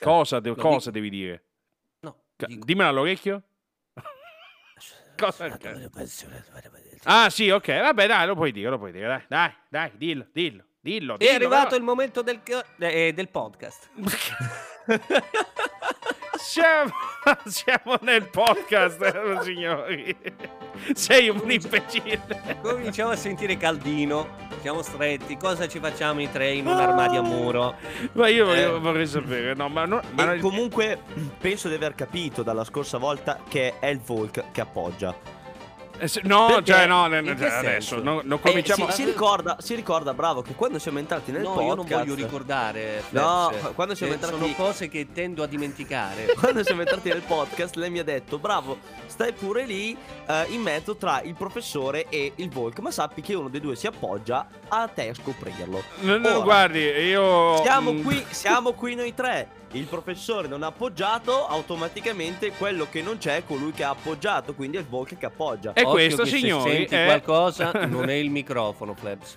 Cosa devi dire? No, Dimmelo all'orecchio. Cosa? Ah, sì, ok. Vabbè, dai, lo puoi dire. Dai, dillo. È arrivato il momento del podcast. Siamo nel podcast, signori. Sei un imbecille. Cominciamo a sentire caldino. Siamo stretti. Cosa ci facciamo i tre in un armadio a muro? Ma io vorrei sapere. No, comunque penso di aver capito dalla scorsa volta che è il Volk che appoggia. Adesso non cominciamo. Si ricorda, bravo, che quando siamo entrati nel podcast. Io non voglio ricordare. Quando siamo entrati. Sono cose che tendo a dimenticare. Quando siamo entrati nel podcast, lei mi ha detto: bravo, stai pure lì in mezzo tra il professore e il Volk. Ma sappi che uno dei due si appoggia a te a scoprirlo. No, guardi, io. Siamo qui noi tre. Il professore non ha appoggiato, automaticamente quello che non c'è è colui che ha appoggiato, quindi è il Volk che appoggia. E questo, signori, se senti qualcosa non è il microfono, plebs.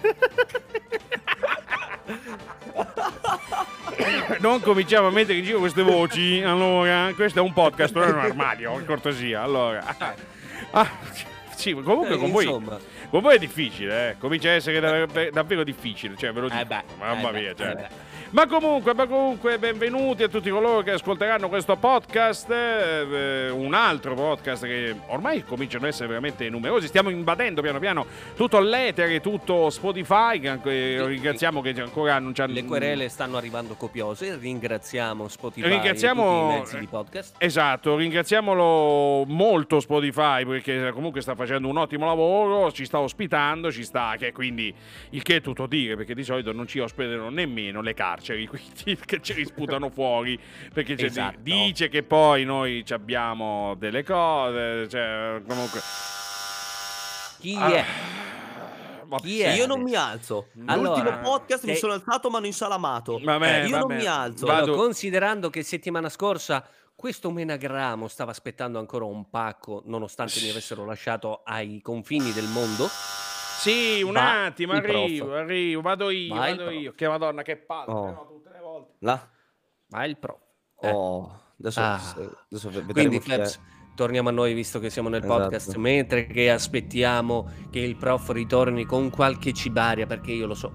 Non cominciamo a mettere in giro queste voci. Allora, questo è un podcast, non è un armadio, in cortesia. Allora, sì, comunque con voi è difficile, comincia a essere davvero difficile, cioè ve lo dico. Mamma mia, cioè. Ma comunque, benvenuti a tutti coloro che ascolteranno questo podcast, un altro podcast che ormai cominciano ad essere veramente numerosi. Stiamo invadendo piano piano tutto l'etere e tutto Spotify, che ringraziamo che ancora non ci hanno. Le querele stanno arrivando copiose, ringraziamo Spotify e tutti i mezzi di podcast. Esatto, ringraziamolo molto Spotify, perché comunque sta facendo un ottimo lavoro, ci sta ospitando, quindi il che è tutto dire, perché di solito non ci ospitano nemmeno le carceri, quindi che ci risputano fuori, perché dice che poi noi abbiamo delle cose, cioè comunque. Chi è? Io non mi alzo. L'ultimo podcast mi sono alzato ma non insalamato. Io non mi alzo. Considerando che settimana scorsa questo menagramo stava aspettando ancora un pacco, nonostante mi avessero lasciato ai confini del mondo. Sì, un attimo, arrivo, vado io. Che madonna, che palle, tutte le volte. Ma il prof. Adesso vedremo. Quindi, Flaps, torniamo a noi, visto che siamo nel podcast, mentre che aspettiamo che il prof ritorni con qualche cibaria, perché io lo so.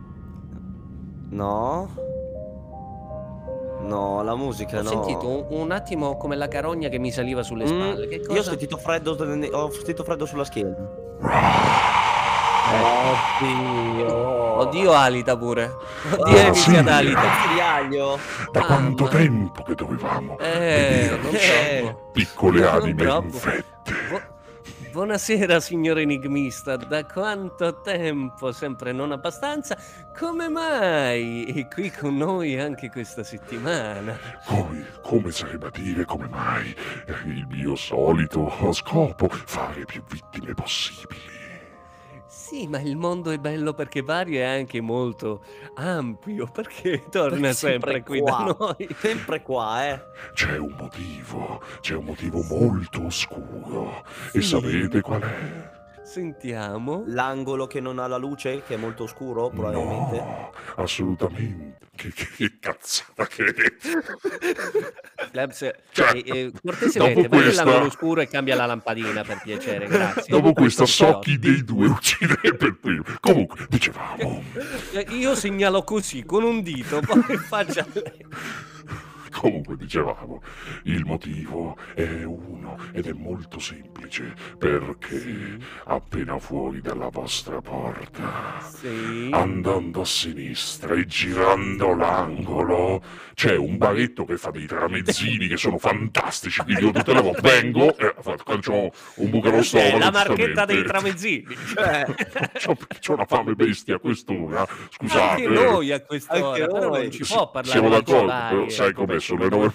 No, la musica Ho sentito un attimo come la carogna che mi saliva sulle spalle. Che cosa? Io ho sentito freddo sulla schiena. Oddio, alita pure. Oddio, sì. alita. Da quanto tempo che dovevamo piccole anime infette. Buonasera, signor enigmista. Da quanto tempo? Sempre non abbastanza? Come mai è qui con noi anche questa settimana? Come sarebbe a dire come mai? Il mio solito scopo, fare più vittime possibili. Sì, ma il mondo è bello perché vario e anche molto ampio, perché torna sempre qui da noi. Sempre qua, C'è un motivo molto oscuro. Sì. E sapete qual è? Sentiamo. L'angolo che non ha la luce, che è molto oscuro, probabilmente. No, assolutamente. Che cazzata che è. Labs, cortesemente, vai nell'angolo oscuro e cambia la lampadina, per piacere, grazie. Dopo questa so chi dei due uccidere per primo. Comunque, dicevamo. Io segnalo così, con un dito, poi faccia lei. Comunque dicevamo, il motivo è uno ed è molto semplice, perché appena fuori dalla vostra porta, andando a sinistra e girando l'angolo, c'è un baretto che fa dei tramezzini che sono fantastici, quindi io tutte le volte vengo e faccio un buco allo stomaco. La marchetta dei tramezzini. C'ho una fame bestia a quest'ora, scusate. Anche noi a quest'ora, però non ci può parlare. Siamo d'accordo, sai com'è? Sono le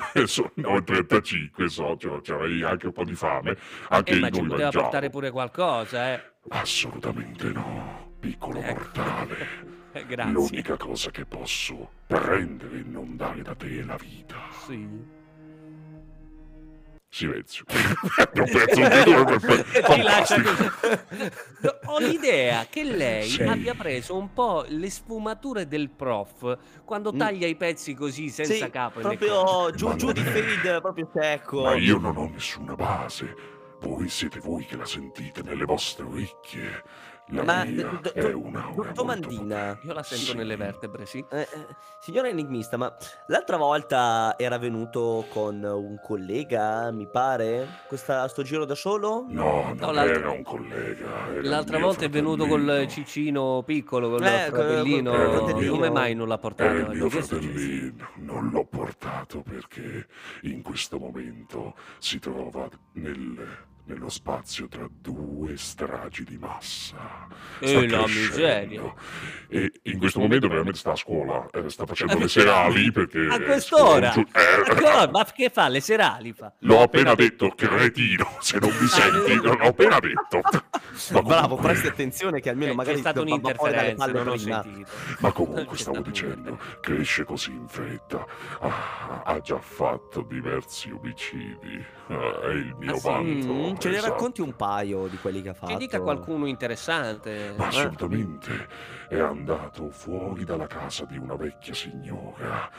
9:35, c'avevi anche un po' di fame, anche ma noi ci poteva mangiamo. portare pure qualcosa, Assolutamente no, piccolo mortale. Grazie. L'unica cosa che posso prendere e non dare da te è la vita. Sì. silenzio. È un pezzo di titolo Ti lascia così. Ho l'idea che lei Sì. abbia preso un po' le sfumature del prof quando taglia i pezzi così senza Sì, capo. e le cose. proprio giù di fade, proprio secco. Ma io non ho nessuna base. Voi siete voi che la sentite nelle vostre orecchie. La Ma mia è un'aura domandina. molto Io la sento Sì. nelle vertebre, sì. Signora enigmista, ma l'altra volta era venuto con un collega, mi pare? Sto giro da solo? No, non l'altra- era un collega. Era L'altra il mio volta è venuto fratellino. col cicino piccolo, col col fratellino. fratellino. Come mai non l'ha Era portato il oggi? mio Che è successo? fratellino. Non l'ho portato perché in questo momento si trova nello spazio tra due stragi di massa. Sta La crescendo. miseria. E in questo momento veramente sta a scuola, sta facendo le serali perché... A quest'ora? Ma che fa? Le serali fa? L'ho appena detto, cretino, se non mi senti, l'ho appena detto. Ma Bravo, comunque- presti attenzione che almeno magari C'è stata va fuori dalle un'interferenza, palle non ho prima. sentito. Ma comunque C'è stavo stato dicendo, cresce così in fretta. Ha già fatto diversi omicidi. È il mio sì? vanto. Ce ne esatto. racconti un paio di quelli che ha fatto? Che dica qualcuno interessante. Ma assolutamente. È andato fuori dalla casa di una vecchia signora.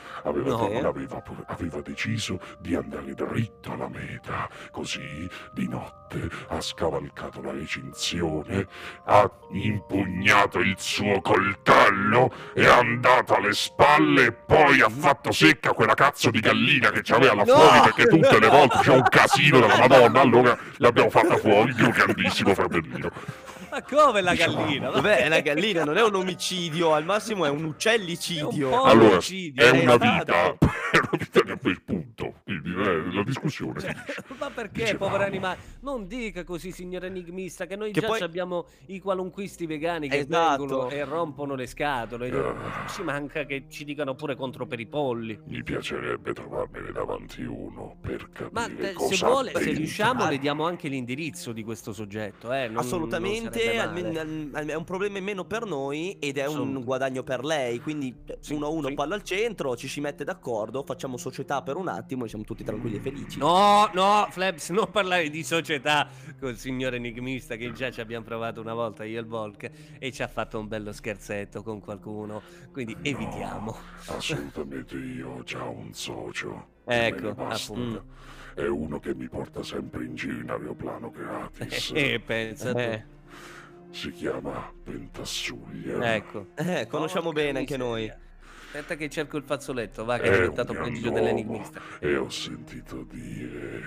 Aveva deciso di andare dritto alla meta. Così di notte ha scavalcato la recinzione, ha impugnato il suo coltello, è andato alle spalle e poi ha fatto secca quella cazzo di gallina che c'aveva là fuori, perché tutte le volte c'è un casino della Madonna, allora l'abbiamo fatta fuori, il mio grandissimo fratellino. Ma come la gallina? Vabbè, è una gallina, non è un omicidio, al massimo è un uccellicidio. È un po' Allora, omicidio, è una esatto. vita, è una vita che per punto, la discussione finisce. Ma perché, Dicevamo. povero animale? Non dica così, signor enigmista, che noi Che già poi- abbiamo i qualunquisti vegani che Esatto. vengono e rompono le scatole. Ci manca che ci dicano pure contro per i polli. Mi piacerebbe trovarmene davanti uno per Ma capire se cosa vuole, ha se dentro. riusciamo, le diamo anche l'indirizzo di questo soggetto. Non Assolutamente, sarebbe male. è un problema in meno per noi ed è un Assolutamente. guadagno per lei, quindi Sì, 1-1 sì. palla al centro, ci si mette d'accordo, facciamo società per un attimo e siamo tutti tranquilli e felici. No, Flaps, non parlare di società col signor enigmista che già ci abbiamo provato una volta io e il Volk e ci ha fatto un bello scherzetto con qualcuno, quindi evitiamo. Assolutamente, io ho già un socio. Ecco, Me ne basta. appunto. È uno che mi porta sempre in giro in aeroplano gratis. Pensa tu. Si chiama Pentassuglia. Ecco. Conosciamo Porca bene anche noi. miseria. Aspetta che cerco il fazzoletto, va che è È diventato un peggio grand'uomo dell'enigmista. e ho sentito dire...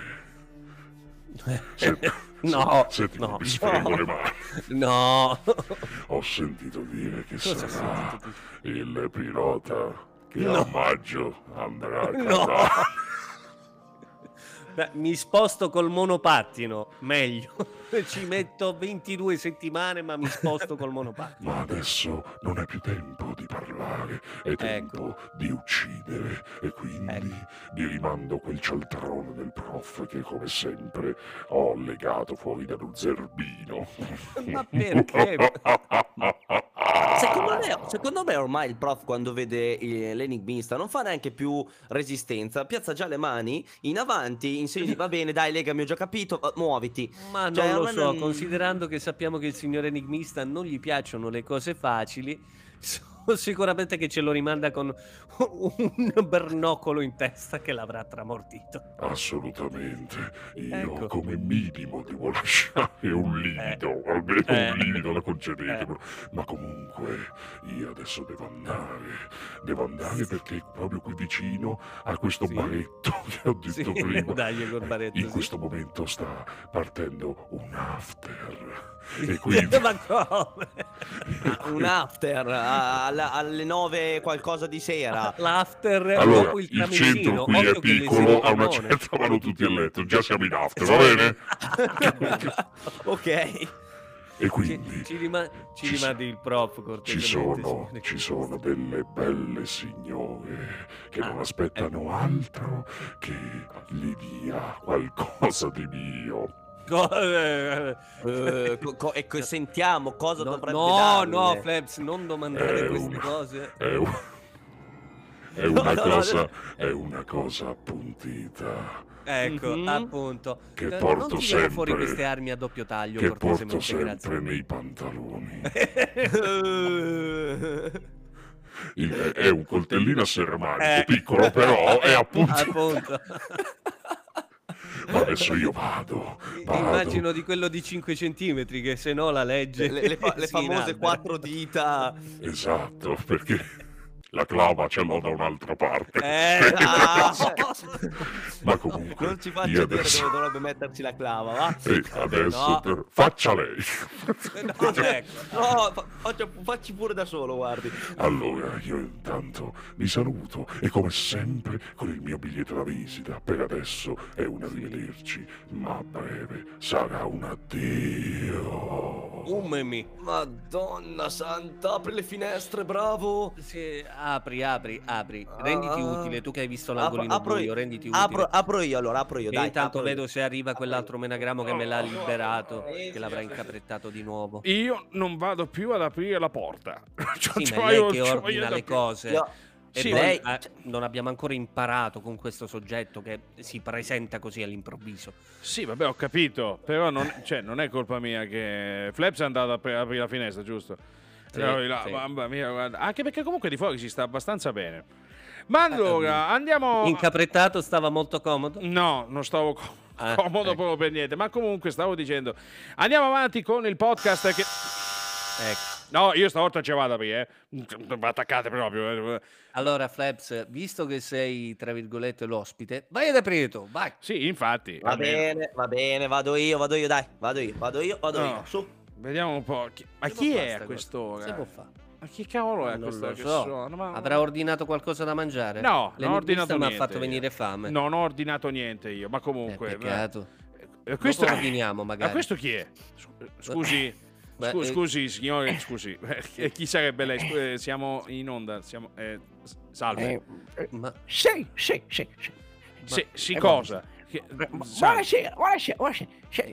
No, Senti, no. mi sfrego le mani. No. Ho sentito dire che Cosa hai sarà sentito il pilota che No. a maggio andrà a No. Qatar. Beh, mi sposto col monopattino, meglio. Ci metto 22 settimane, ma mi sposto col monopattino. Ma adesso non è più tempo di parlare, è tempo di uccidere e quindi vi rimando quel cialtrone del prof che come sempre ho legato fuori dallo zerbino. Ma perché? Secondo me ormai il prof quando vede l'enigmista non fa neanche più resistenza, piazza già le mani in avanti in segno di va bene dai lega mi ho già capito, muoviti. Ma Cioè, non lo ormai so, non- considerando che sappiamo che il signor enigmista non gli piacciono le cose facili, sicuramente che ce lo rimanda con un bernocolo in testa che l'avrà tramortito. Assolutamente, io Ecco. come minimo devo lasciare un livido, almeno un livido la concedetemelo. Ma comunque io adesso devo andare perché proprio qui vicino a questo Sì. baretto che ho detto Sì, prima. dai col baretto, In sì. questo momento sta partendo un after e quindi Ma come? Un after alle 9 qualcosa di sera. L'after allora dopo il il tramezzino. centro qui Occhio è che le piccolo, a una serpinone. certa vanno tutti a letto, già siamo in after, va bene? Ok. E quindi Ci ci rimandi il prof ci cortesemente, sono, signore. ci sono delle belle signore che non aspettano altro che gli dia qualcosa di mio. Ecco, sentiamo cosa No, dovrebbe no, darle. no, Flaps, non domandare È queste un- cose. È un, è una cosa appuntita. Ecco, appunto. Che Non porto tiriamo sempre, fuori queste armi a doppio taglio, che porto cortesemente, sempre grazie. nei pantaloni. È un coltellino a serramanico, piccolo però, è appunto. Ma adesso io vado. Immagino di quello di 5 centimetri, che se no la legge Le si famose inalbera. 4 dita. Esatto, perché la clava ce l'ho da un'altra parte. Ma comunque, Non ci faccia io dire adesso... dove dovrebbe mettersi la clava, va? adesso No. faccia lei. No, ecco. No, facci pure da solo, guardi. Allora, io intanto vi saluto e come sempre con il mio biglietto da visita. Per adesso è un arrivederci, ma a breve sarà un addio. Ummemi. Madonna santa, apri le finestre, bravo. Sì, apri. Renditi utile, tu che hai visto l'angolino Apro buio, io. renditi utile. Apro io, Che dai. intanto apro io. vedo se arriva quell'altro menagramo che me l'ha liberato, che l'avrà incaprettato di nuovo. Io non vado più ad aprire la porta. Sì, ma è lei che ordina le cose. Io- E Sì, poi, lei- non abbiamo ancora imparato con questo soggetto che si presenta così all'improvviso. Sì, vabbè, ho capito, però non è colpa mia che Flaps è andato a aprire la finestra, giusto? Sì, Però là, sì. mamma mia, guarda. Anche perché comunque di fuori si sta abbastanza bene. Ma allora, andiamo... Incaprettato, stava molto comodo. No, non stavo comodo ecco. proprio per niente, ma comunque stavo dicendo, andiamo avanti con il podcast che... Ecco. No, io stavolta ci vado a aprire, attaccate proprio. Allora, Flaps, visto che sei, tra virgolette, l'ospite, vai ad aprire tu, vai. Sì, infatti. Va bene, vado io, dai. Vado io, No. su. Vediamo un po'. Ma Si chi può è fare a sta quest'ora? cosa? Si può fare. Ma chi cavolo è Non questa lo che so. suona? Ma... Avrà ordinato qualcosa da mangiare? No, non ho L'enigmista ordinato mi ha niente. fatto venire fame. Non ho ordinato niente io, ma comunque... Peccato. questo... Dopo ordiniamo, magari. Ma questo chi è? Scusi... Beh, Scusi, signore, scusi. Chi sarebbe lei? Siamo in onda. Salve. Ma Sì. Sì, cosa? Salve. Buonasera.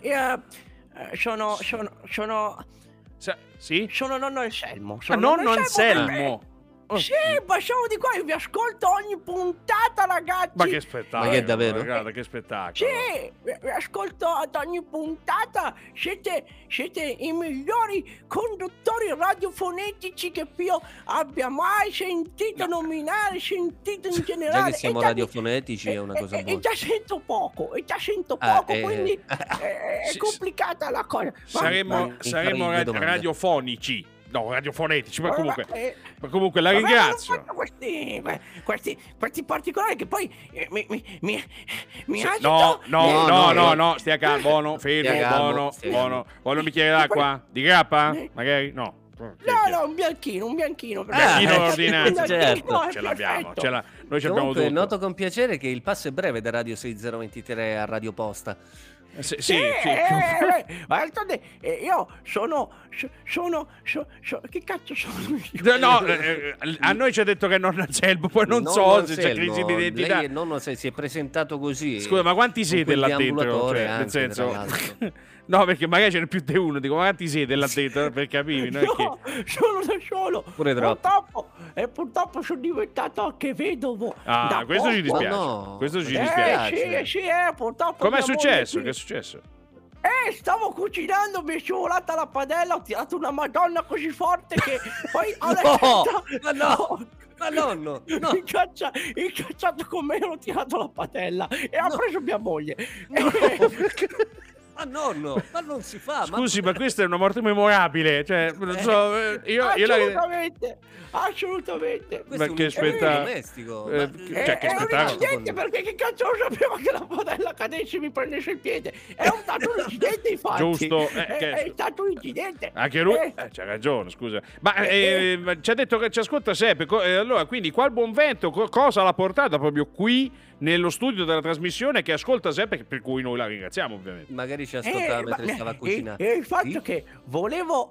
Sì? Sono nonno Anselmo. Nonno Anselmo. Sì, ma sono di qua e vi ascolto ogni puntata, ragazzi. Ma che spettacolo. Ma che davvero? Guarda, che spettacolo. Sì, vi ascolto ad ogni puntata. Siete i migliori conduttori radiofonetici che io abbia mai sentito nominare, sentito in generale. già che siamo E già radiofonetici è una cosa e buona. già sento poco, quindi è Sì, complicata la cosa. Saremmo incredibile domanda. radiofonici. No, radiofonetici, ma comunque la vabbè, ringrazio. non faccio questi particolari che poi mi agito. No, stia calmo, buono, Stia fermo, calmo, stia buono. Vuole un bicchiere d'acqua? Di grappa? Magari? No. No, un bianchino. Bianchino Ah, ordinato. certo. Ce l'abbiamo, noi ci abbiamo Comunque, tutto. noto con piacere che il passo è breve da Radio 6023 a Radio Posta. Sì. D'altronde, io sono che cazzo sono io? No, a noi ci ha detto che è nonno Anselmo, poi non so se c'è crisi di identità. Lei nonno si è presentato così. Scusa, ma quanti siete là dentro? Deambulatore Cioè, nel anche, senso... tra l'altro. No, perché magari ce n'è più di uno. Dico, ma quanti siete là dentro? Per capire, no? No, sono da solo. Pure troppo. Purtroppo sono diventato anche vedovo. Ah, da questo ci poco. dispiace. no. Questo ci Eh, dispiace. Sì, purtroppo. Com'è mia moglie successo? qui- Che è successo? stavo cucinando, mi è scivolata la padella, ho tirato una madonna così forte che poi ho Ma nonno, no. incacciato con me, ho tirato la padella e ha preso mia moglie. Ma nonno, ma non si fa. Scusi, ma questa è una morte memorabile. Cioè, non so, io Assolutamente. Questo Ma è un che incidente spettacolo. domestico. Cioè, che È un spettacolo. incidente, perché che cazzo lo sapevo che la padella cadesse e mi prendesse il piede. È stato un incidente, infatti. Giusto, È stato un incidente. Anche lui c'ha ragione, scusa. Ma ci ha detto che ci ascolta sempre. Allora, quindi, qual buon vento, cosa l'ha portata proprio qui nello studio della trasmissione che ascolta sempre, per cui noi la ringraziamo, ovviamente. Magari ci ascoltava mentre stava cucinando. E il fatto Sì? che volevo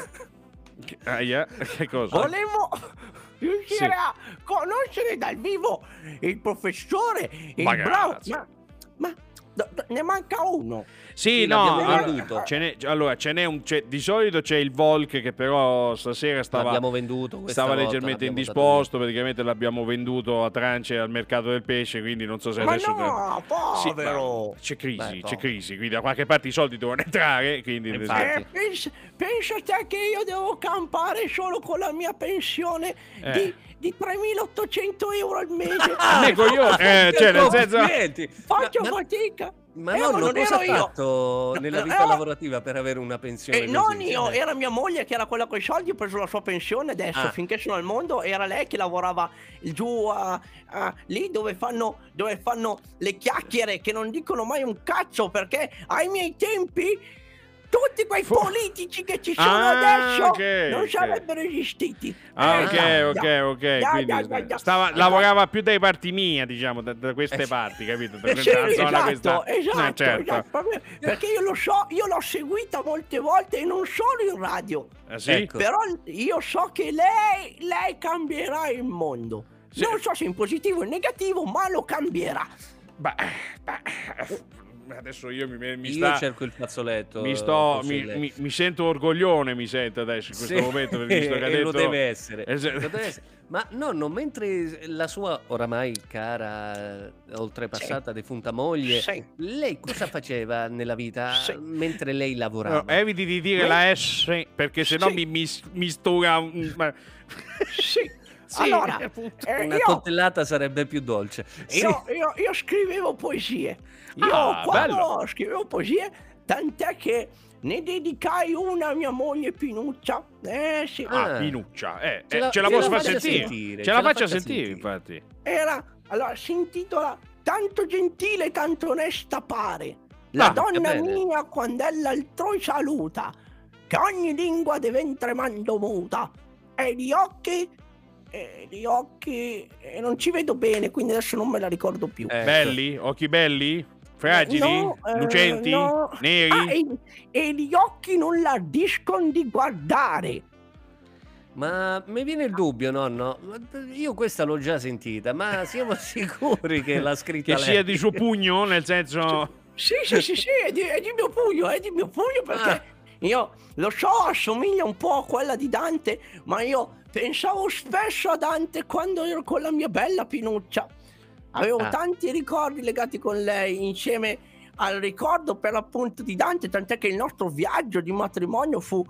Che cosa? volevo riuscire Sì. a conoscere dal vivo il professore, il Ma bravo. grazie. Ma ne manca uno. Sì, Sì, no, l'abbiamo venduto. di solito c'è il Volk che però stasera L'abbiamo venduto questa stava volta, leggermente l'abbiamo indisposto, praticamente l'abbiamo venduto a trance al mercato del pesce, quindi non so se Ma adesso... no, Sì, povero. ma c'è crisi, Beh, c'è no. crisi, quindi da qualche parte i soldi devono entrare, quindi... Infatti. Pensa te che io devo campare solo con la mia pensione di 3.800 euro al mese. Coglione, cioè nel senso... Complimenti. Faccio Ma- fatica. Ma ma nonno, non cosa ha ero io. fatto nella vita lavorativa per avere una pensione così? Non io, era mia moglie che era quella con i soldi, ho preso la sua pensione adesso, Ah. finché sono al mondo, era lei che lavorava giù lì dove fanno le chiacchiere che non dicono mai un cazzo, perché ai miei tempi tutti quei politici che ci sono adesso non ok. sarebbero esistiti. Ok, quindi lavorava più dai parti mia, diciamo, da queste parti, capito? Da Sì, questa zona, questa... esatto, certo. esatto. Perché io lo so, io l'ho seguita molte volte e non solo in radio. Sì? Ecco. Però io so che lei cambierà il mondo. Sì. Non so se in positivo o in negativo, ma lo cambierà. Beh, adesso io mi Io sta... cerco il fazzoletto. Mi lei. sento orgoglione, mi sento adesso in questo Sì, momento, perché visto che ha e detto... lo deve essere. Lo Lo deve essere. Ma nonno, mentre la sua oramai cara, oltrepassata, defunta moglie, Sì. lei cosa faceva nella vita Sì. mentre lei lavorava? No, eviti di dire la S, perché sennò Sì. mi mistura... Sì. Sì, Allora, appunto. Una io, coltellata sarebbe più dolce. Sì. io scrivevo poesie. Io Ah, quando bello. scrivevo poesie, tant'è che ne dedicai una a mia moglie Pinuccia. Sì. Pinuccia, Ce la la posso far faccia sentire. sentire, Ce la faccia sentire, infatti. Allora, si intitola Tanto gentile, tanto onesta pare. La Ah, donna che bene. mia quando ella altrui saluta, che ogni lingua diventa tremando muta. E gli occhi non ci vedo bene, quindi adesso non me la ricordo più. Ecco. Belli? Occhi belli? Fragili? No, Lucenti? no. Neri? E gli occhi non lardiscono di guardare. Ma mi viene il dubbio, nonno. Io questa l'ho già sentita, ma siamo sicuri che l'ha scritta Che lei? sia di suo pugno, nel senso... Sì, è di mio pugno perché io lo so, assomiglia un po' a quella di Dante, ma io pensavo spesso a Dante quando ero con la mia bella Pinuccia. Avevo tanti ricordi legati con lei, insieme al ricordo per l'appunto di Dante, tant'è che il nostro viaggio di matrimonio fu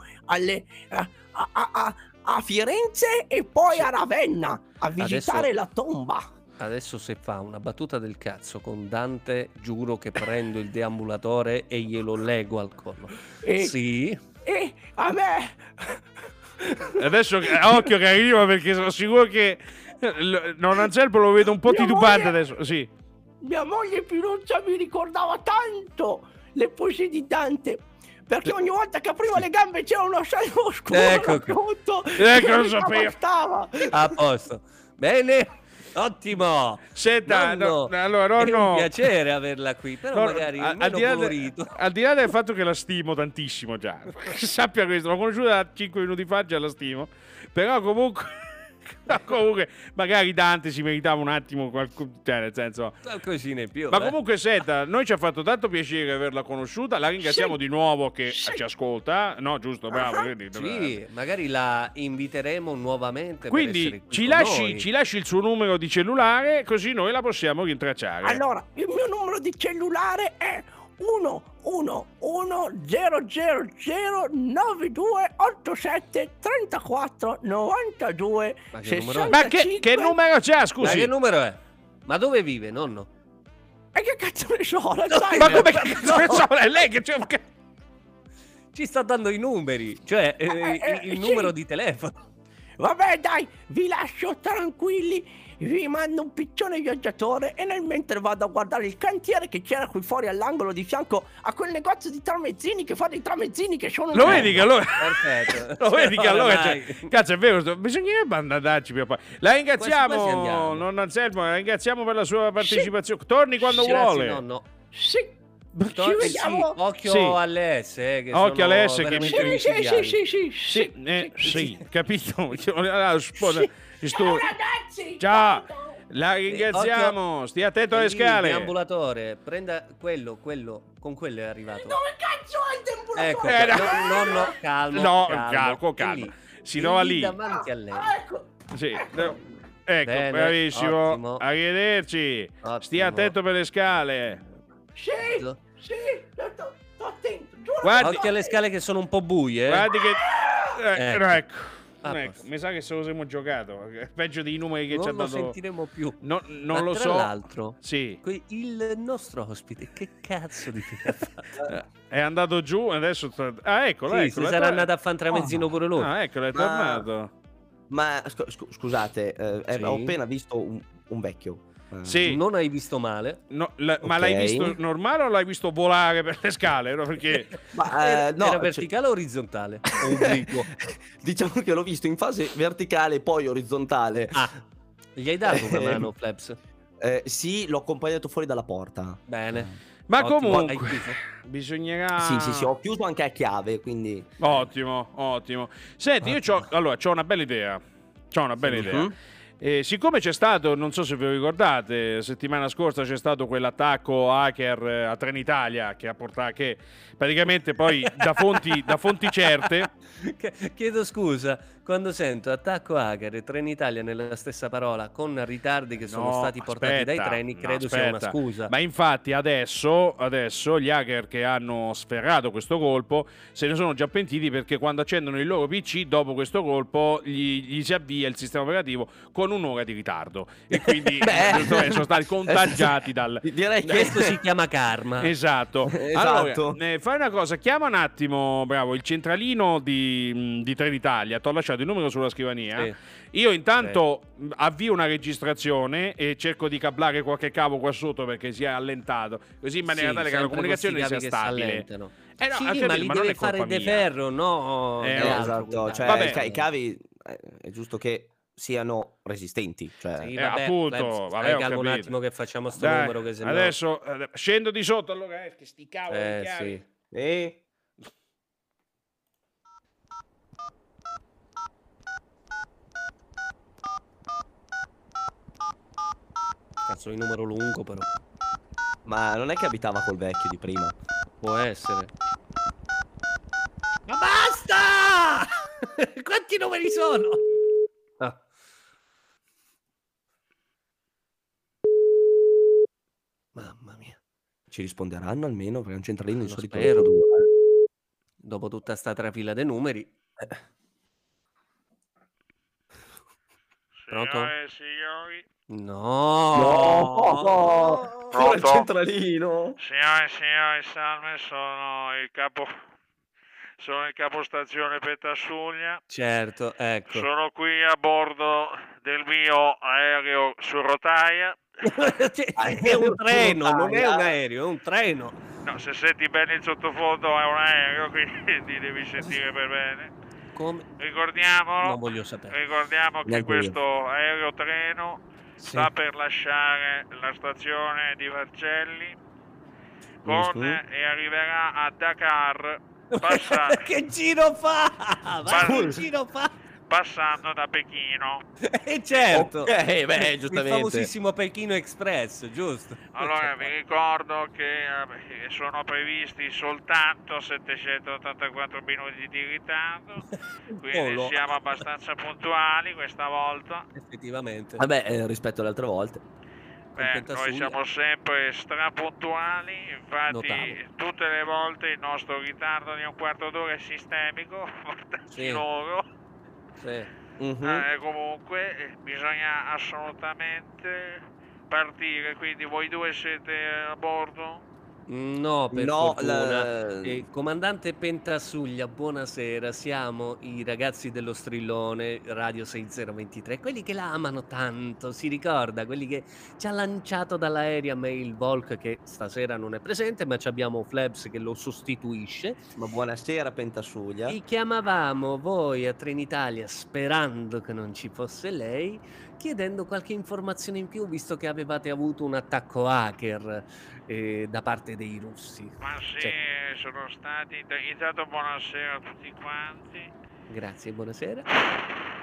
a Firenze e poi a Ravenna a visitare la tomba. Adesso se fa una battuta del cazzo con Dante, giuro che prendo il deambulatore e glielo lego al collo. Sì. E a me... Adesso occhio che arriva, perché sono sicuro che non Anselmo lo vedo un po' Mia titubante moglie- adesso. Sì. Mia moglie Pinuccia mi ricordava tanto le poesie di Dante, perché ogni volta che apriva le gambe c'era una selva oscura Ecco qui. sotto Ecco, che lo mi sapevo. bastava. A posto. Bene. Ottimo. Senta, Nonno, allora, è un piacere averla qui, però magari al meno di là colorito. al di là del fatto che la stimo tantissimo già, sappia questo, l'ho conosciuta 5 minuti fa, già la stimo, però comunque magari Dante si meritava un attimo cioè, nel senso... Qualcosina in più. Ma comunque senta, noi ci ha fatto tanto piacere averla conosciuta, la ringraziamo Sì. di nuovo che Sì. ci ascolta, no giusto, bravo. Sì, magari la inviteremo nuovamente. per Quindi essere qui ci con lasci, noi. ci lasci il suo numero di cellulare, così noi la possiamo rintracciare. Allora, il mio numero di cellulare è 1-1-1-000-9287-34-92 Ma che numero è? Ma che numero c'ha, Ma scusi? che numero è? Ma dove vive, nonno? E che cazzo ne so, la sai? Ma come cazzo ne so? È lei che c'è... Ci sta dando i numeri, cioè il sì. numero di telefono. Vabbè dai, vi lascio tranquilli, vi mando un piccione viaggiatore e nel mentre vado a guardare il cantiere che c'era qui fuori all'angolo di fianco a quel negozio di tramezzini che fa dei tramezzini che sono... Lo una vedi che merda. allora... Perfetto. Lo vedi che allora Oramai. cazzo, è vero, bisognerebbe andarci più a fare. La Quasi ringraziamo, andiamo. nonno Anselmo, la ringraziamo per la sua partecipazione. Torni quando Grazie, vuole. nonno. Sì, ci Sì, vediamo. occhio Sì. alle S, che Occhio sono alle S che veramente mi- micidiali. Sì, capito. Allora, Ciao ragazzi! Ciao. La ringraziamo, stia attento alle scale. Il deambulatore, prenda quello, con quello è arrivato. Dove cazzo è il deambulatore? Ecco, no, calmo. Calmo. Si trova lì. Davanti a lei. Ecco. Sì. Ecco, Bene, bravissimo. ottimo. Arrivederci. Ottimo. Stia attento per le scale. Sì, sto attento. Giuro. Guardi, Occhio alle scale che sono un po' buie. guardi che... Ecco. Ecco, mi sa che se lo siamo giocato. Peggio dei numeri che ci ha Non lo dato. sentiremo più. Non Ma lo tra so. l'altro, Sì. il nostro ospite, che cazzo di fine ha fatto? È andato giù e adesso... eccolo, Sì, eccolo. si sarà andato a fantramezzino pure lui. Ah, eccolo, è tornato. Ma scusate, Sì. ho appena visto un vecchio. Sì. Non hai visto male. No, ma Ok. l'hai visto normale o l'hai visto volare per le scale? No, perché... Ma, no, Era verticale o orizzontale? O obliquo? diciamo che l'ho visto in fase verticale, poi orizzontale. Ah, gli hai dato una mano, Flaps? Sì, l'ho accompagnato fuori dalla porta. Bene. Ma Ottimo. Hai comunque, chiuso? bisognerà... Sì, ho chiuso anche a chiave, quindi... Ottimo. Senti, io c'ho una bella idea. Mhm. Siccome c'è stato, non so se vi ricordate, settimana scorsa c'è stato quell'attacco hacker a Trenitalia che ha portato, che praticamente poi da fonti certe... Chiedo scusa, quando sento attacco hacker e Trenitalia nella stessa parola con ritardi che sono stati portati dai treni, credo sia una scusa. Ma infatti adesso gli hacker che hanno sferrato questo colpo se ne sono già pentiti, perché quando accendono il loro PC dopo questo colpo gli si avvia il sistema operativo con un'ora di ritardo e quindi sono stati contagiati dal... Direi che Questo si chiama karma. Esatto. Esatto. Allora, fai una cosa, chiama un attimo, bravo, il centralino di Trenitalia, ti ho lasciato il numero sulla scrivania. Sì. Io intanto avvio una registrazione e cerco di cablare qualche cavo qua sotto perché si è allentato, così in maniera tale che la comunicazione sia stabile. No, sì, ma li non deve è colpa fare de mia. ferro, no? di altro, esatto, quindi. cioè Vabbè. i cavi è giusto che siano resistenti, cioè... Sì, vabbè, appunto, Flaps, vabbè, stai ho calmo un capito. attimo che facciamo sto Dai, numero che se no... adesso scendo di sotto allora, che sti cavoli di chiavi. sì. Cazzo, il numero lungo però. Ma non è che abitava col vecchio di prima? Può essere. Ma basta! Quanti numeri sono? Ah. Mamma mia. Ci risponderanno almeno, perché è un centralino di Lo solito spero. dura, Dopo tutta sta trafila dei numeri. Pronto? Signore e signori, No! Ancora il centralino! signore e signori, salve, sono il capostazione Petasuglia. Certo, ecco. Sono qui a bordo del mio aereo su rotaia. È un treno, non è un aereo, è un treno. No, se senti bene il sottofondo è un aereo, quindi devi sentire per bene. Come? Ricordiamolo. Non voglio sapere. Ricordiamo che Neanche io. questo aerotreno Sì. sta per lasciare la stazione di Vercelli e arriverà a Dakar Che giro fa? Ma che giro fa? passando da Pechino. Certo. Ok, beh, Il giustamente. famosissimo Pechino Express, giusto? Allora vi ricordo che sono previsti soltanto 784 minuti di ritardo, quindi Volo. siamo abbastanza puntuali questa volta. Effettivamente. Vabbè, rispetto alle altre volte. Beh, Pentasuglia. noi siamo sempre strapuntuali, infatti Notavo. tutte le volte il nostro ritardo di un quarto d'ora è sistemico, portati Sì. loro. Sì. Mhm. Comunque bisogna assolutamente partire, quindi voi due siete a bordo? No, per No, fortuna. Comandante Pentasuglia, buonasera. Siamo i ragazzi dello strillone Radio 6023, quelli che la amano tanto, si ricorda, quelli che ci ha lanciato dall'aerea Mail Volk, che stasera non è presente, ma ci abbiamo Flebs che lo sostituisce. Ma buonasera Pentasuglia. E chiamavamo voi a Trenitalia sperando che non ci fosse lei, chiedendo qualche informazione in più, visto che avevate avuto un attacco hacker da parte dei russi. Ma sì, Cioè, sono stati... Intanto buonasera a tutti quanti. grazie, buonasera.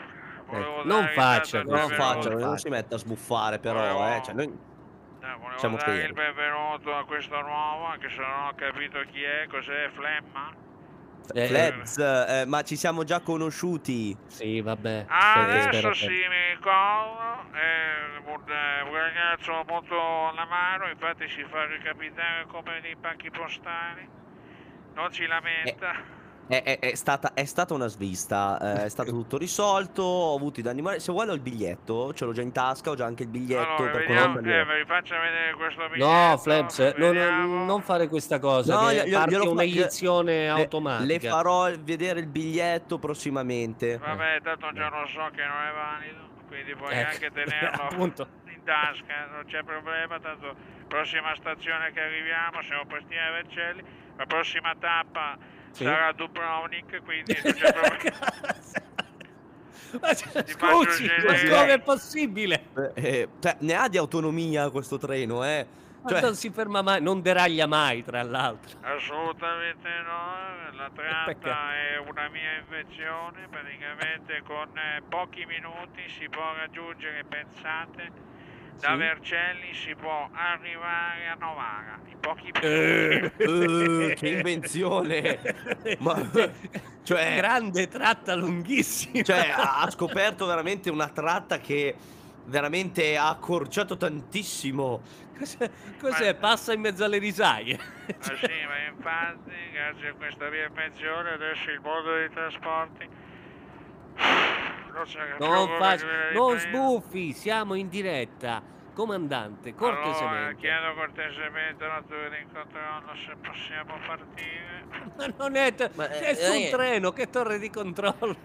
Non faccia Non questo. faccia, non si metta a sbuffare però, cioè noi volevo siamo dare fermi. il benvenuto a questo nuovo, anche se non ho capito chi è, cos'è, Flemma? Flebs, ma ci siamo già conosciuti. Sì, vabbè. Adesso sì, mi ricordo, è un ragazzo molto amaro, infatti si fa recapitare come dei pacchi postali, non si lamenta. È stata una svista, è stato tutto risolto, ho avuto i danni morali. Se vuole ho il biglietto, ce l'ho già in tasca, ho già anche il biglietto Allora, per vediamo, conoscerlo. vi faccio vedere questo biglietto. No, Flebs, vediamo. non fare questa cosa, No, che parte glielo fa- un'iniezione Le automatica. farò vedere il biglietto prossimamente. Vabbè, tanto già lo so che non è valido, quindi puoi Ecco, anche tenerlo appunto. in tasca, non c'è problema, tanto prossima stazione che arriviamo, siamo Prestina Vercelli, la prossima tappa sarà Dubrovnik, quindi non c'è problema. Ma Ti faccio scusi, ma vedere. come è possibile? Cioè, ne ha di autonomia questo treno, Ma Cioè, non si ferma mai, non deraglia mai, tra l'altro. Assolutamente no, la tratta Peccato. è una mia invenzione, praticamente con pochi minuti si può raggiungere, pensate, da Sì? Vercelli si può arrivare a Novara, in pochi minuti. che invenzione! Ma, cioè, Grande tratta lunghissima. cioè, ha scoperto veramente una tratta che veramente ha accorciato tantissimo. Cos'è? Passa in mezzo alle risaie. Ma sì, ma infatti, grazie a questa mia invenzione, adesso il mondo dei trasporti non c'è più Non, come dire di non prima. sbuffi, siamo in diretta. Comandante, Allora, cortesemente. chiedo cortesemente alla torre di controllo se possiamo partire. Ma non è, Ma, è sul treno, che torre di controllo.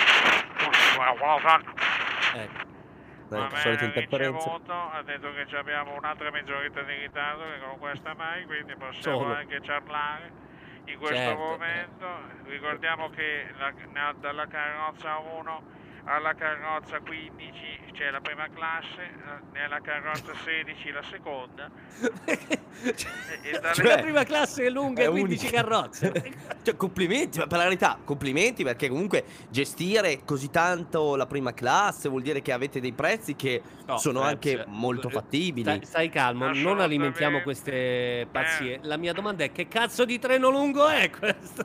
Ecco. Va Solite bene, interferenze. ricevuto, ha detto che ci abbiamo un'altra mezz'oretta di ritardo che con questa mai, quindi possiamo Solo. anche parlare in questo Certo, momento. Ricordiamo che dalla carrozza 1 alla carrozza 15 c'è la prima classe, nella carrozza 16 la seconda. E dalle- La prima classe è lunga È e 15 unica. carrozze. Cioè, complimenti, ma per la verità, complimenti perché comunque gestire così tanto la prima classe vuol dire che avete dei prezzi che No, sono Frebs, anche molto fattibili. Stai calmo, non Assolutamente. alimentiamo queste pazzie. La mia domanda è: che cazzo di treno lungo è questo?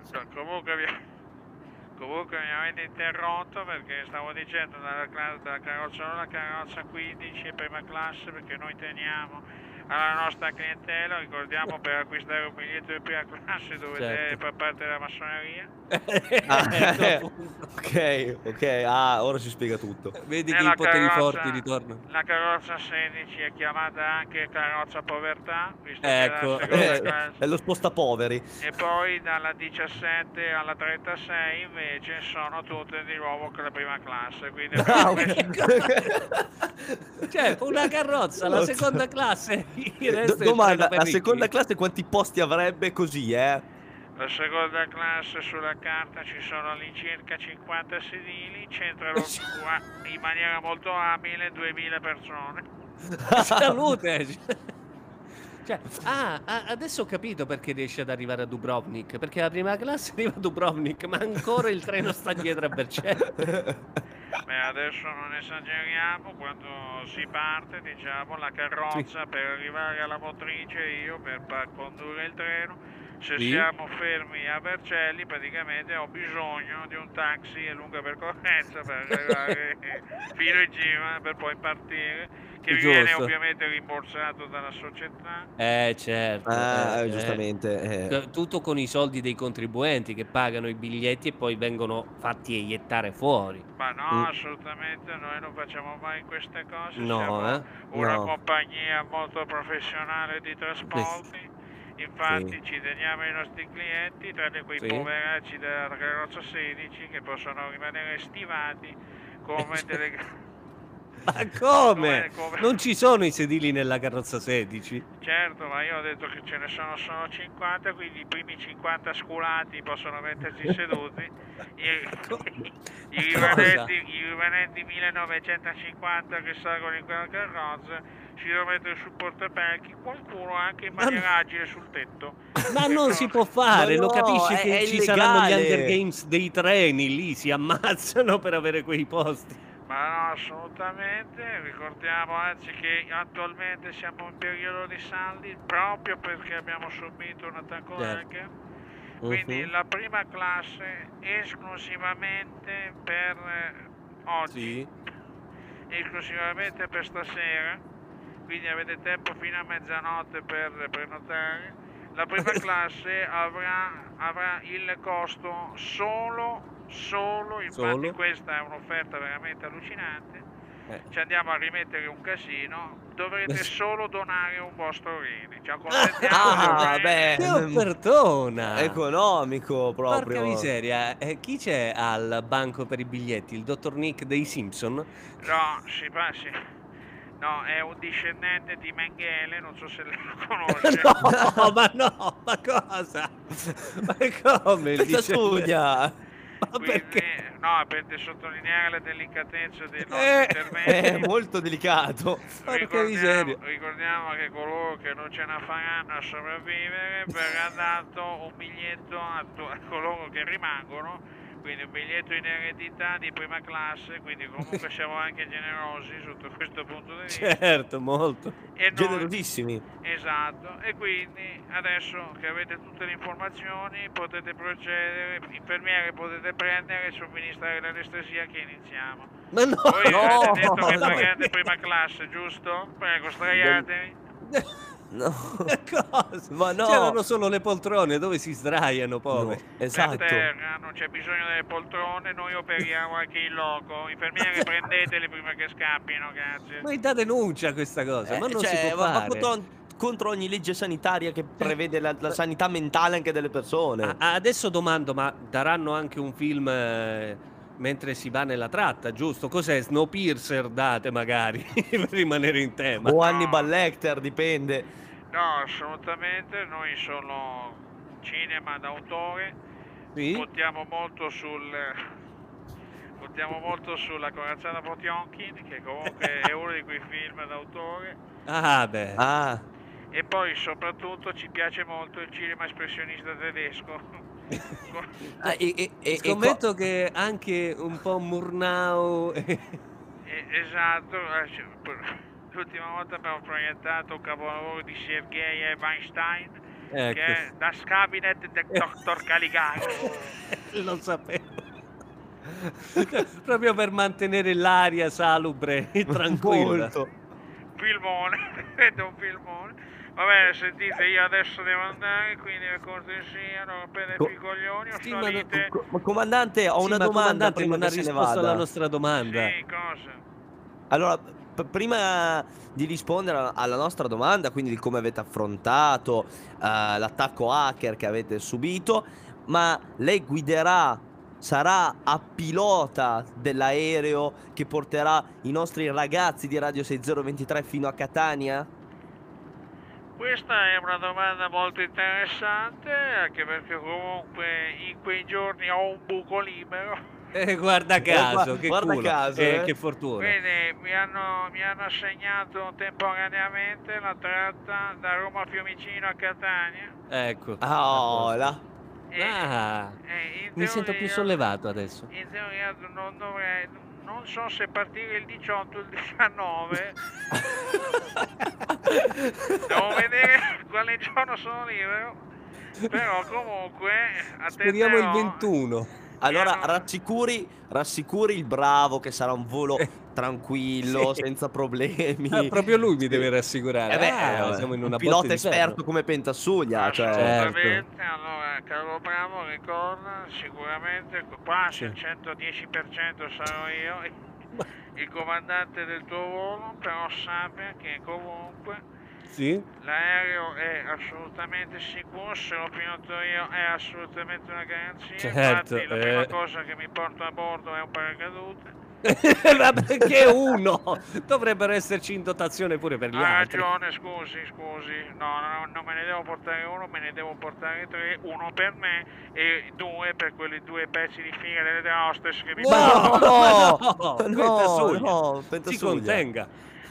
Comunque mi avete interrotto perché stavo dicendo dalla carrozza 1 alla carrozza 15 prima classe, perché noi teniamo alla nostra clientela, ricordiamo, per acquistare un biglietto di prima classe dovete far parte della massoneria. Ok, ora si spiega tutto. Vedi che Nella i poteri carrozza- forti ritornano. La carrozza 16 è chiamata anche carrozza povertà, visto Ecco. che è la seconda classe. È lo spostapoveri. E poi dalla 17 alla 36 invece sono tutte di nuovo con la prima classe, quindi Ah, Cioè, una carrozza, la seconda classe. Il resto è il Domanda, treno per la ricchi. seconda classe quanti posti avrebbe così, la seconda classe sulla carta ci sono all'incirca 50 sedili, c'entrano in maniera molto abile 2000 persone. Salute! Cioè, adesso ho capito perché riesce ad arrivare a Dubrovnik. Perché la prima classe arriva a Dubrovnik, ma ancora il treno sta dietro a Vercelli. Beh, adesso non esageriamo, quando si parte, diciamo, la carrozza per arrivare alla motrice, io per condurre il treno, se Sì. siamo fermi a Vercelli, praticamente ho bisogno di un taxi a lunga percorrenza per arrivare fino in cima, per poi partire, che mi viene Giusto. ovviamente rimborsato dalla società. Certo. Giustamente. Tutto con i soldi dei contribuenti che pagano i biglietti e poi vengono fatti eiettare fuori. Ma no, assolutamente, noi non facciamo mai queste cose, No, siamo una No. compagnia molto professionale di trasporti. Infatti ci teniamo ai nostri clienti, tranne quei Sì. poveracci della carrozza 16 che possono rimanere stivati come delle... Ma come? Come? Non ci sono i sedili nella carrozza 16? Certo, ma io ho detto che ce ne sono solo 50, quindi i primi 50 sculati possono mettersi seduti. I rimanenti 1950 che salgono in quella carrozza si deve mettere sul portapacchi, qualcuno anche in maniera agile sul tetto. Ma non si può fare, Ma lo no, capisci che è ci saranno gli illegale. Hunger Games dei treni, lì si ammazzano per avere quei posti. Ma no, assolutamente, ricordiamo anzi che attualmente siamo in periodo di saldi proprio perché abbiamo subito un attacco hacker. Quindi la prima classe esclusivamente per oggi, esclusivamente per stasera, quindi avete tempo fino a mezzanotte per prenotare. La prima classe avrà il costo solo, infatti questa è un'offerta veramente allucinante. Ci andiamo a rimettere un casino, dovrete solo donare un vostro rene. Ci accontentiamo. Che offertona! Economico proprio. Porca miseria, chi c'è al banco per i biglietti? Il dottor Nick dei Simpson? No, si passi. No, è un discendente di Mengele, non so se lei lo conosce. Ma cosa? Ma come il Sugna. Ma perché? No, per sottolineare la delicatezza dei nostri interventi. È molto delicato. Ricordiamo che coloro che non ce la faranno a sopravvivere verrà dato un biglietto a coloro che rimangono, quindi un biglietto in eredità di prima classe, quindi comunque siamo anche generosi sotto questo punto di vista. Certo, molto. E Generosissimi. Esatto, e quindi adesso che avete tutte le informazioni potete procedere, infermiere potete prendere e somministrare l'anestesia che iniziamo. Ma no! Voi avete detto che pagate prima classe, giusto? Prego, sdraiatevi. No. Cosa? Ma no. C'erano solo le poltrone, dove si sdraiano, poveri. No, esatto. Per terra, non c'è bisogno delle poltrone, noi operiamo anche in loco. Infermiere, prendeteli prima che scappino, grazie. Ma è da denuncia questa cosa, ma non si può fare. Contro ogni legge sanitaria che prevede la sanità mentale anche delle persone. Adesso domando, ma daranno anche un film mentre si va nella tratta, giusto? Cos'è? Snowpiercer date magari, per rimanere in tema. O Hannibal Lecter, dipende. No, assolutamente, noi sono cinema d'autore, puntiamo molto sulla corazzata Potionkin, che comunque è uno di quei film d'autore. E poi soprattutto ci piace molto il cinema espressionista tedesco. Scommetto che anche un po' Murnau. Esatto. L'ultima volta abbiamo proiettato un capolavoro di Sergei Weinstein, che è Das Cabinet del Dr. Caligari. Lo sapevo. Proprio per mantenere l'aria salubre e tranquilla. Filmone, vedo un filmone. Va bene, sentite, io adesso devo andare, quindi per cortesia, non rompete più i coglioni, o salite. Ma comandante, ho una domanda prima non ha che se ne risposto vada. alla nostra domanda. Sì, cosa? Allora, prima di rispondere alla nostra domanda, quindi di come avete affrontato l'attacco hacker che avete subito, ma lei guiderà, sarà a pilota dell'aereo che porterà i nostri ragazzi di Radio 6023 fino a Catania? Questa è una domanda molto interessante, anche perché comunque in quei giorni ho un buco libero. Guarda caso, che guarda culo, caso, che fortuna. Quindi mi hanno assegnato temporaneamente la tratta da Roma Fiumicino a Catania. Ecco. Mi sento più sollevato adesso. In teoria non dovrei, non so se partire il 18 o il 19. Devo vedere quale giorno sono libero. Però comunque speriamo il 21. Allora rassicuri il bravo che sarà un volo tranquillo, senza problemi. Proprio lui mi deve rassicurare. Siamo in una un pilota esperto come Pentasuglia. Assolutamente. Allora, caro bravo, ricorda, sicuramente quasi il 110% sarò io, il comandante del tuo volo, però sappia che comunque l'aereo è assolutamente sicuro, se lo piloto io è assolutamente una garanzia. Infatti la prima cosa che mi porto a bordo è un paracadute. Ma perché uno? Dovrebbero esserci in dotazione pure per gli altri. Ha ragione, scusi. No, non me ne devo portare uno, me ne devo portare tre. Uno per me e due per quei due pezzi di figa delle hostess che mi No, si contenga.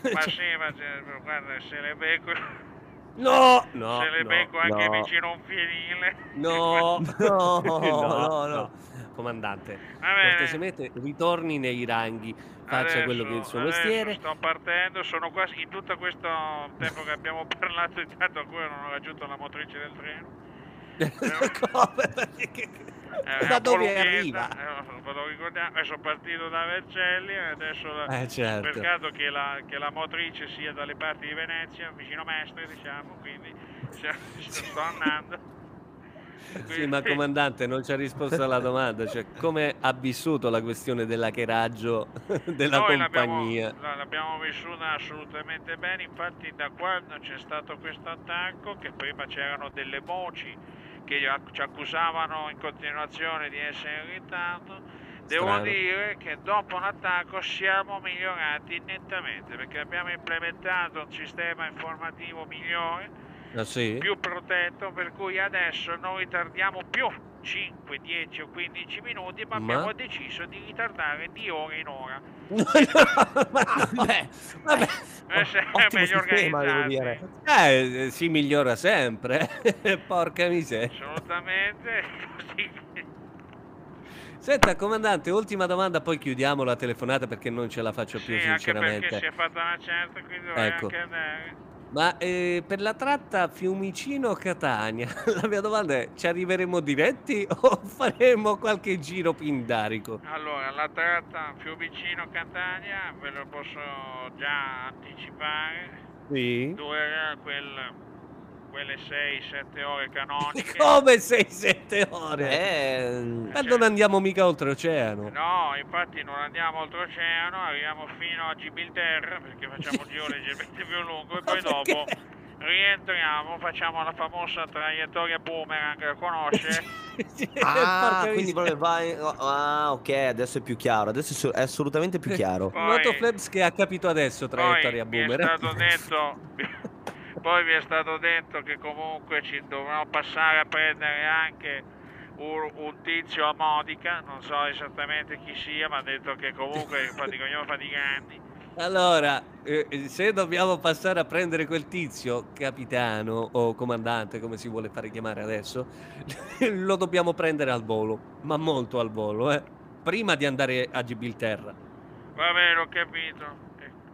Ma sì, ma guarda, se le becco... No, se le becco anche no. vicino a un fienile. no, No. Comandante, Va bene. cortesemente ritorni nei ranghi, faccia quello che è il suo mestiere. Sto partendo, sono quasi in tutto questo tempo che abbiamo parlato, intanto ancora non ho raggiunto la motrice del treno. Come? Da dove arriva? Ve lo ricordiamo, sono partito da Vercelli e adesso certo. peccato che la motrice sia dalle parti di Venezia, vicino Mestre, diciamo, quindi sto andando. Sì, ma comandante non ci ha risposto alla domanda, cioè come ha vissuto la questione dell'hackeraggio della compagnia? L'abbiamo vissuta assolutamente bene, infatti da quando c'è stato questo attacco, che prima c'erano delle voci che ci accusavano in continuazione di essere in ritardo, devo dire che dopo l'attacco siamo migliorati nettamente, perché abbiamo implementato un sistema informativo migliore, più protetto, per cui adesso non ritardiamo più 5, 10 o 15 minuti, ma abbiamo deciso di ritardare di ora in ora. Vabbè. Meglio organizzati. Si migliora sempre. Porca miseria. Assolutamente. Senta, comandante, ultima domanda, poi chiudiamo la telefonata perché non ce la faccio più, sinceramente. Anche perché si è fatta una certa, quindi dovrei anche andare. Ma per la tratta Fiumicino-Catania, la mia domanda è: ci arriveremo diretti o faremo qualche giro pindarico? Allora, la tratta Fiumicino-Catania ve lo posso già anticipare. Sì. Durerà quelle 6-7 ore canoniche. Come 6-7 ore? Ma non andiamo mica oltreoceano. No, infatti non andiamo oltreoceano, arriviamo fino a Gibilterra perché facciamo un giro leggermente più lungo e poi dopo rientriamo, facciamo la famosa traiettoria boomerang, la conosce? Quindi proprio vai. Ok, adesso è più chiaro. Adesso è assolutamente più chiaro. Noto Flebs che ha capito adesso traiettoria boomerang. Poi vi è stato detto che comunque ci dovrò passare a prendere anche un tizio a Modica, non so esattamente chi sia, ma ha detto che comunque vogliamo faticandi. Allora, se dobbiamo passare a prendere quel tizio, capitano o comandante, come si vuole fare chiamare adesso, lo dobbiamo prendere al volo, ma molto al volo, prima di andare a Gibilterra. Va bene, ho capito.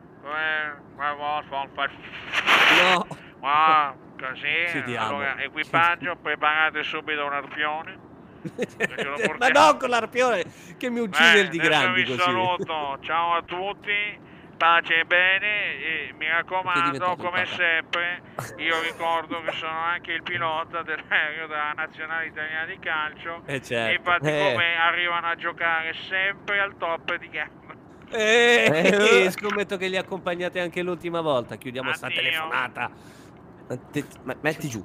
No. Così, allora, equipaggio, preparate subito un arpione. Ma no, con l'arpione che mi uccide il di grandi vi così. Saluto, ciao a tutti, pace e bene, e mi raccomando, come sempre, io ricordo che sono anche il pilota dell'aereo della Nazionale Italiana di Calcio, certo. infatti come arrivano a giocare sempre al top di gamma. Scommetto che li accompagnate anche l'ultima volta. Chiudiamo sta telefonata. Metti giù.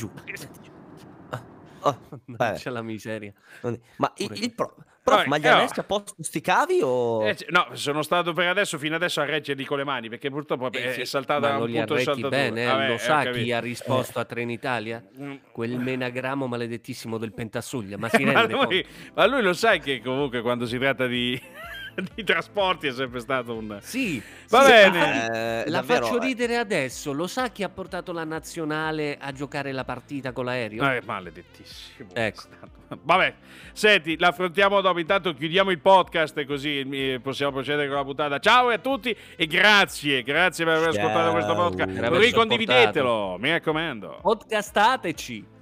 C'è la miseria. Ma il prof, ma gli ha messi a posto sti cavi o... No, sono stato per adesso, fino adesso a reggerli con le mani, perché purtroppo è saltata ma non un punto li arrechi bene, lo sa chi ha capito. risposto a Trenitalia? Quel menagramo maledettissimo del Pentasuglia, ma si rende conto? Ma lui lo sai che comunque quando si tratta di trasporti è sempre stato un... Sì, va bene. La faccio ridere adesso. Lo sa chi ha portato la nazionale a giocare la partita con l'aereo? Maledettissimo. Ecco. Vabbè, senti, l'affrontiamo dopo. Intanto chiudiamo il podcast e così possiamo procedere con la puntata. Ciao a tutti e grazie per aver ascoltato questo podcast. Ricondividetelo, mi raccomando. Podcastateci.